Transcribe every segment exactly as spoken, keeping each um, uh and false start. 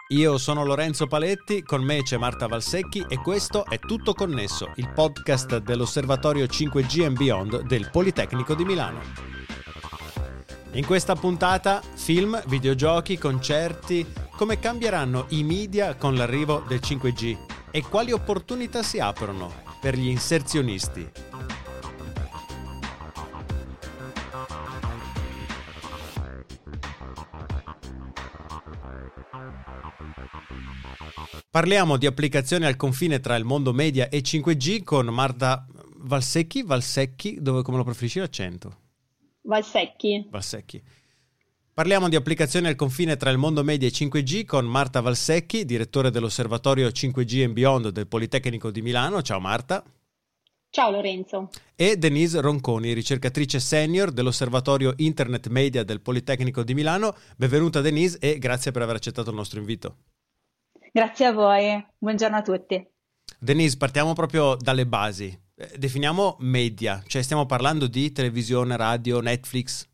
Io sono Lorenzo Paletti, con me c'è Marta Valsecchi e questo è Tutto Connesso, il podcast dell'Osservatorio cinque G and Beyond del Politecnico di Milano. In questa puntata, film, videogiochi, concerti, come cambieranno i media con l'arrivo del cinque G e quali opportunità si aprono per gli inserzionisti. Parliamo di applicazioni al confine tra il mondo media e cinque G con Marta Valsecchi, Valsecchi, dove come lo preferisci l'accento? Valsecchi. Valsecchi. Parliamo di applicazioni al confine tra il mondo media e cinque G con Marta Valsecchi, direttore dell'Osservatorio cinque G and Beyond del Politecnico di Milano. Ciao Marta. Ciao Lorenzo. E Denise Ronconi, ricercatrice senior dell'Osservatorio Internet Media del Politecnico di Milano. Benvenuta Denise e grazie per aver accettato il nostro invito. Grazie a voi, buongiorno a tutti. Denise, partiamo proprio dalle basi. Eh, definiamo media, cioè stiamo parlando di televisione, radio, Netflix?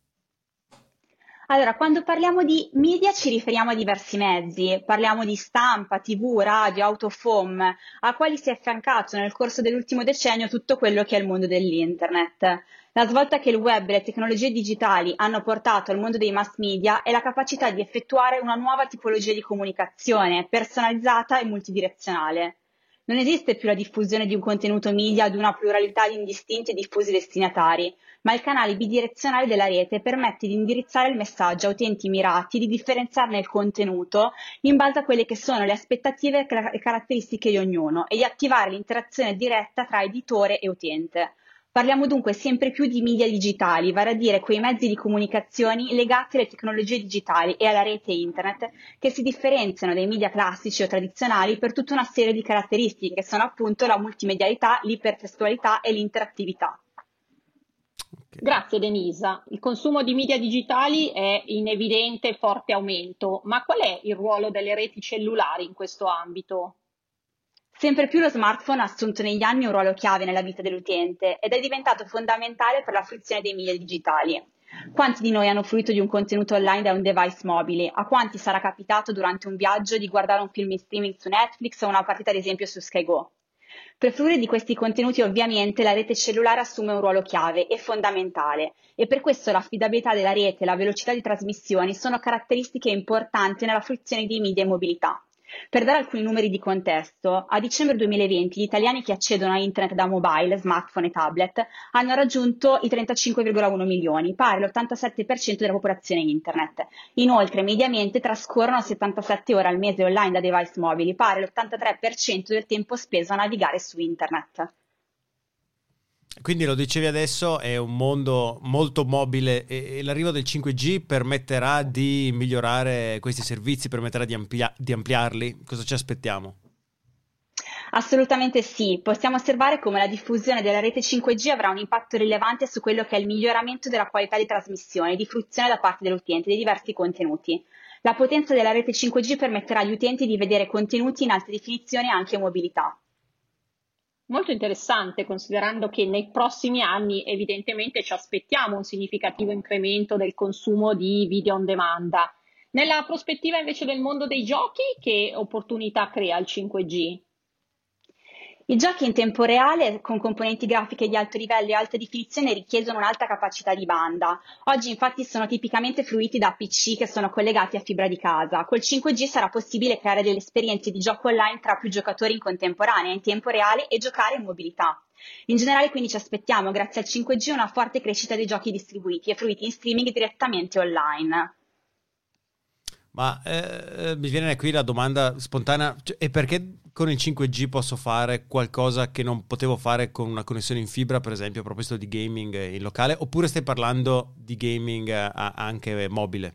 Allora, quando parliamo di media ci riferiamo a diversi mezzi, parliamo di stampa, tivù, radio, autophone, a quali si è affiancato nel corso dell'ultimo decennio tutto quello che è il mondo dell'internet. La svolta che il web e le tecnologie digitali hanno portato al mondo dei mass media è la capacità di effettuare una nuova tipologia di comunicazione, personalizzata e multidirezionale. Non esiste più la diffusione di un contenuto media ad una pluralità di indistinti e diffusi destinatari, ma il canale bidirezionale della rete permette di indirizzare il messaggio a utenti mirati, di differenziarne il contenuto in base a quelle che sono le aspettative e caratteristiche di ognuno e di attivare l'interazione diretta tra editore e utente. Parliamo dunque sempre più di media digitali, vale a dire quei mezzi di comunicazione legati alle tecnologie digitali e alla rete internet che si differenziano dai media classici o tradizionali per tutta una serie di caratteristiche che sono appunto la multimedialità, l'ipertestualità e l'interattività. Okay. Grazie Denisa. Il consumo di media digitali è in evidente forte aumento, ma qual è il ruolo delle reti cellulari in questo ambito? Sempre più lo smartphone ha assunto negli anni un ruolo chiave nella vita dell'utente ed è diventato fondamentale per la fruizione dei media digitali. Quanti di noi hanno fruito di un contenuto online da un device mobile? A quanti sarà capitato durante un viaggio di guardare un film in streaming su Netflix o una partita ad esempio su Sky Go? Per fruire di questi contenuti ovviamente la rete cellulare assume un ruolo chiave e fondamentale e per questo l'affidabilità della rete e la velocità di trasmissioni sono caratteristiche importanti nella fruizione di media e mobilità. Per dare alcuni numeri di contesto, a dicembre duemilaventi gli italiani che accedono a internet da mobile, smartphone e tablet hanno raggiunto i trentacinque virgola uno milioni, pari all'ottantasette per cento della popolazione internet. Inoltre, mediamente trascorrono settantasette ore al mese online da device mobili, pari all'ottantatré per cento del tempo speso a navigare su internet. Quindi lo dicevi adesso, è un mondo molto mobile e, e l'arrivo del cinque G permetterà di migliorare questi servizi, permetterà di, amplia- di ampliarli? Cosa ci aspettiamo? Assolutamente sì, possiamo osservare come la diffusione della rete cinque G avrà un impatto rilevante su quello che è il miglioramento della qualità di trasmissione e di fruizione da parte dell'utente dei diversi contenuti. La potenza della rete cinque G permetterà agli utenti di vedere contenuti in alta definizione e anche in mobilità. Molto interessante, considerando che nei prossimi anni evidentemente ci aspettiamo un significativo incremento del consumo di video on demand. Nella prospettiva invece del mondo dei giochi, che opportunità crea il cinque G? I giochi in tempo reale con componenti grafiche di alto livello e alta definizione richiedono un'alta capacità di banda. Oggi infatti sono tipicamente fruiti da P C che sono collegati a fibra di casa. Col cinque G sarà possibile creare delle esperienze di gioco online tra più giocatori in contemporanea, in tempo reale e giocare in mobilità. In generale quindi ci aspettiamo grazie al cinque G una forte crescita dei giochi distribuiti e fruiti in streaming direttamente online. Ma eh, mi viene qui la domanda spontanea, cioè, e perché con il cinque G posso fare qualcosa che non potevo fare con una connessione in fibra, per esempio, a proposito di gaming in locale, oppure stai parlando di gaming eh, anche mobile?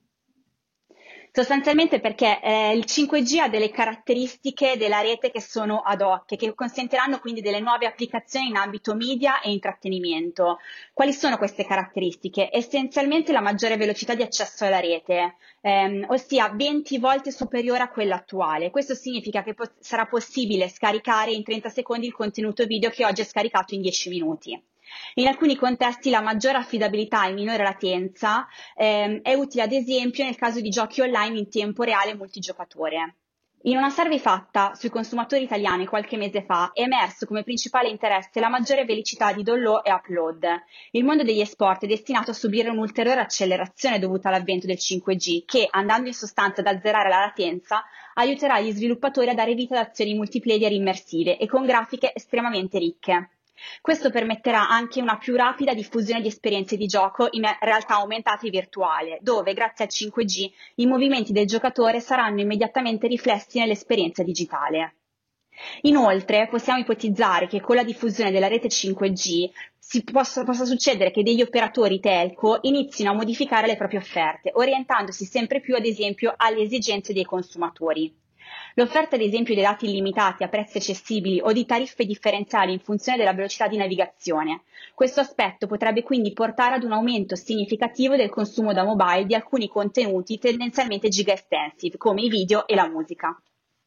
Sostanzialmente perché eh, il cinque G ha delle caratteristiche della rete che sono ad hoc, che consentiranno quindi delle nuove applicazioni in ambito media e intrattenimento. Quali sono queste caratteristiche? Essenzialmente la maggiore velocità di accesso alla rete, ehm, ossia venti volte superiore a quella attuale. Questo significa che po- sarà possibile scaricare in trenta secondi il contenuto video che oggi è scaricato in dieci minuti. In alcuni contesti la maggiore affidabilità e minore latenza ehm, è utile ad esempio nel caso di giochi online in tempo reale multigiocatore. In una survey fatta sui consumatori italiani qualche mese fa è emerso come principale interesse la maggiore velocità di download e upload. Il mondo degli esport è destinato a subire un'ulteriore accelerazione dovuta all'avvento del cinque G che, andando in sostanza ad azzerare la latenza, aiuterà gli sviluppatori a dare vita ad azioni multiplayer immersive e con grafiche estremamente ricche. Questo permetterà anche una più rapida diffusione di esperienze di gioco in realtà aumentata e virtuale, dove grazie al cinque G i movimenti del giocatore saranno immediatamente riflessi nell'esperienza digitale. Inoltre, possiamo ipotizzare che con la diffusione della rete cinque G si possa, possa succedere che degli operatori telco inizino a modificare le proprie offerte, orientandosi sempre più ad esempio alle esigenze dei consumatori. L'offerta ad esempio dei dati illimitati a prezzi accessibili o di tariffe differenziali in funzione della velocità di navigazione. Questo aspetto potrebbe quindi portare ad un aumento significativo del consumo da mobile di alcuni contenuti tendenzialmente giga extensive, come i video e la musica.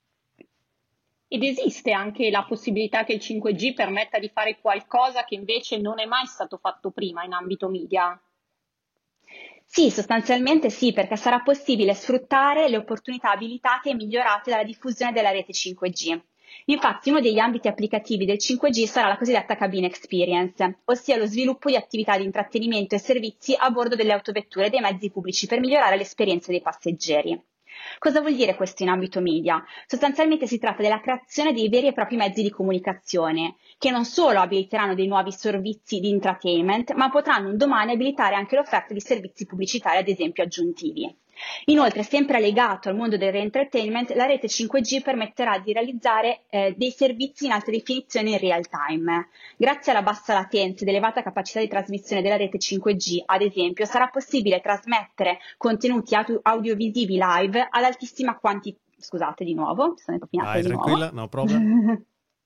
Ed esiste anche la possibilità che il cinque G permetta di fare qualcosa che invece non è mai stato fatto prima in ambito media? Sì, sostanzialmente sì, perché sarà possibile sfruttare le opportunità abilitate e migliorate dalla diffusione della rete cinque G. Infatti, uno degli ambiti applicativi del cinque G sarà la cosiddetta cabin experience, ossia lo sviluppo di attività di intrattenimento e servizi a bordo delle autovetture e dei mezzi pubblici per migliorare l'esperienza dei passeggeri. Cosa vuol dire questo in ambito media? Sostanzialmente si tratta della creazione dei veri e propri mezzi di comunicazione, che non solo abiliteranno dei nuovi servizi di entertainment, ma potranno un domani abilitare anche l'offerta di servizi pubblicitari, ad esempio aggiuntivi. Inoltre, sempre legato al mondo dell'entertainment, la rete cinque G permetterà di realizzare eh, dei servizi in alta definizione in real time. Grazie alla bassa latenza ed elevata capacità di trasmissione della rete cinque G, ad esempio, sarà possibile trasmettere contenuti audio- audiovisivi live ad altissima quantità. Scusate di nuovo, sono impapinata Vai, di tranquilla, nuovo. no problem.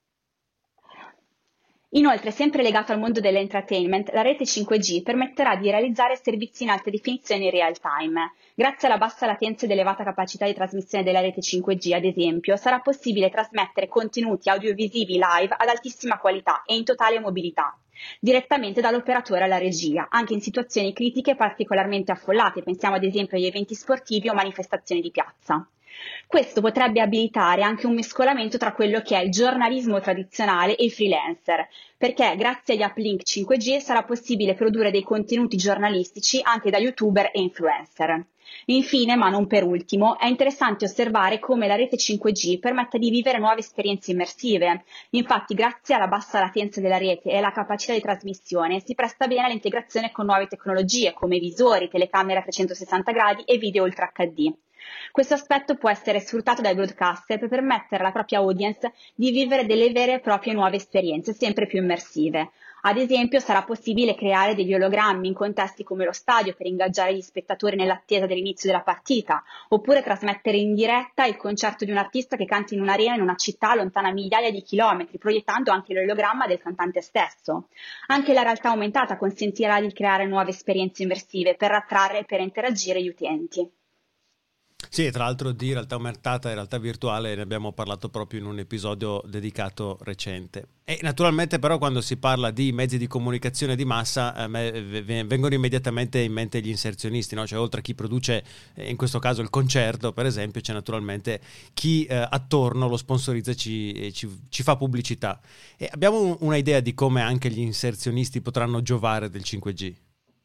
Inoltre, sempre legato al mondo dell'entertainment, la rete cinque G permetterà di realizzare servizi in alta definizione in real time. Grazie alla bassa latenza ed elevata capacità di trasmissione della rete cinque G, ad esempio, sarà possibile trasmettere contenuti audiovisivi live ad altissima qualità e in totale mobilità, direttamente dall'operatore alla regia, anche in situazioni critiche particolarmente affollate, pensiamo ad esempio agli eventi sportivi o manifestazioni di piazza. Questo potrebbe abilitare anche un mescolamento tra quello che è il giornalismo tradizionale e il freelancer, perché grazie agli uplink cinque G sarà possibile produrre dei contenuti giornalistici anche da youtuber e influencer. Infine, ma non per ultimo, è interessante osservare come la rete cinque G permetta di vivere nuove esperienze immersive. Infatti, grazie alla bassa latenza della rete e alla capacità di trasmissione, si presta bene all'integrazione con nuove tecnologie come visori, telecamere a trecentosessanta gradi e video Ultra acca di. Questo aspetto può essere sfruttato dai broadcaster per permettere alla propria audience di vivere delle vere e proprie nuove esperienze, sempre più immersive. Ad esempio, sarà possibile creare degli ologrammi in contesti come lo stadio per ingaggiare gli spettatori nell'attesa dell'inizio della partita, oppure trasmettere in diretta il concerto di un artista che canta in un'arena in una città lontana migliaia di chilometri, proiettando anche l'ologramma del cantante stesso. Anche la realtà aumentata consentirà di creare nuove esperienze immersive per attrarre e per interagire gli utenti. Sì, tra l'altro di realtà aumentata e realtà virtuale ne abbiamo parlato proprio in un episodio dedicato recente. E naturalmente però quando si parla di mezzi di comunicazione di massa a me vengono immediatamente in mente gli inserzionisti, no? Cioè oltre a chi produce in questo caso il concerto per esempio c'è naturalmente chi eh, attorno lo sponsorizza e ci, ci, ci fa pubblicità. E abbiamo una idea di come anche gli inserzionisti potranno giovare del cinque G?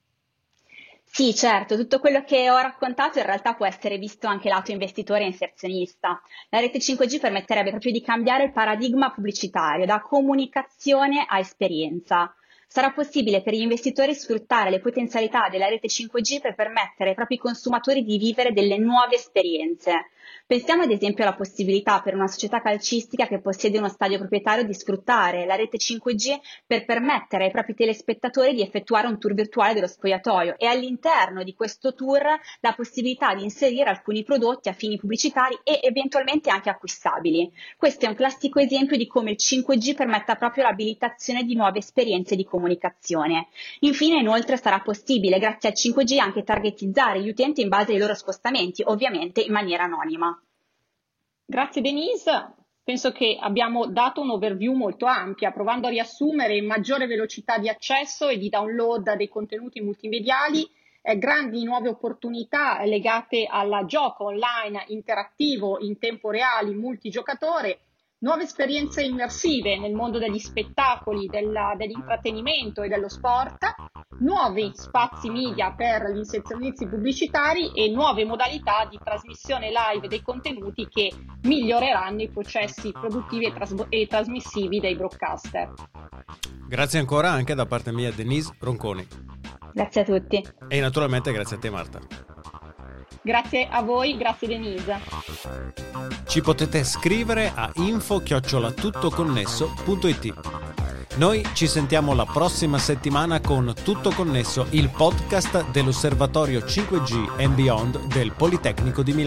Sì, certo, tutto quello che ho raccontato in realtà può essere visto anche lato investitore e inserzionista. La rete cinque G permetterebbe proprio di cambiare il paradigma pubblicitario da comunicazione a esperienza. Sarà possibile per gli investitori sfruttare le potenzialità della rete cinque G per permettere ai propri consumatori di vivere delle nuove esperienze. Pensiamo ad esempio alla possibilità per una società calcistica che possiede uno stadio proprietario di sfruttare la rete cinque G per permettere ai propri telespettatori di effettuare un tour virtuale dello spogliatoio e all'interno di questo tour la possibilità di inserire alcuni prodotti a fini pubblicitari e eventualmente anche acquistabili. Questo è un classico esempio di come il cinque G permetta proprio l'abilitazione di nuove esperienze di comunicazione. Infine, inoltre, sarà possibile grazie al cinque G anche targetizzare gli utenti in base ai loro spostamenti, ovviamente in maniera anonima. Grazie Denise, penso che abbiamo dato un overview molto ampia, provando a riassumere maggiore velocità di accesso e di download dei contenuti multimediali, eh, grandi nuove opportunità legate al gioco online interattivo in tempo reale, multigiocatore, nuove esperienze immersive nel mondo degli spettacoli, della, dell'intrattenimento e dello sport, nuovi spazi media per gli inserzionisti pubblicitari e nuove modalità di trasmissione live dei contenuti che miglioreranno i processi produttivi e, tras- e trasmissivi dei broadcaster. Grazie ancora anche da parte mia, Denise Ronconi. Grazie a tutti. E naturalmente grazie a te, Marta. Grazie a voi, grazie Denise. Ci potete scrivere a info chiocciola tuttoconnesso punto it. Noi ci sentiamo la prossima settimana con Tutto Connesso, il podcast dell'Osservatorio cinque G and Beyond del Politecnico di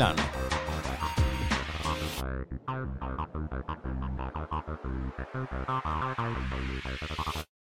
Milano.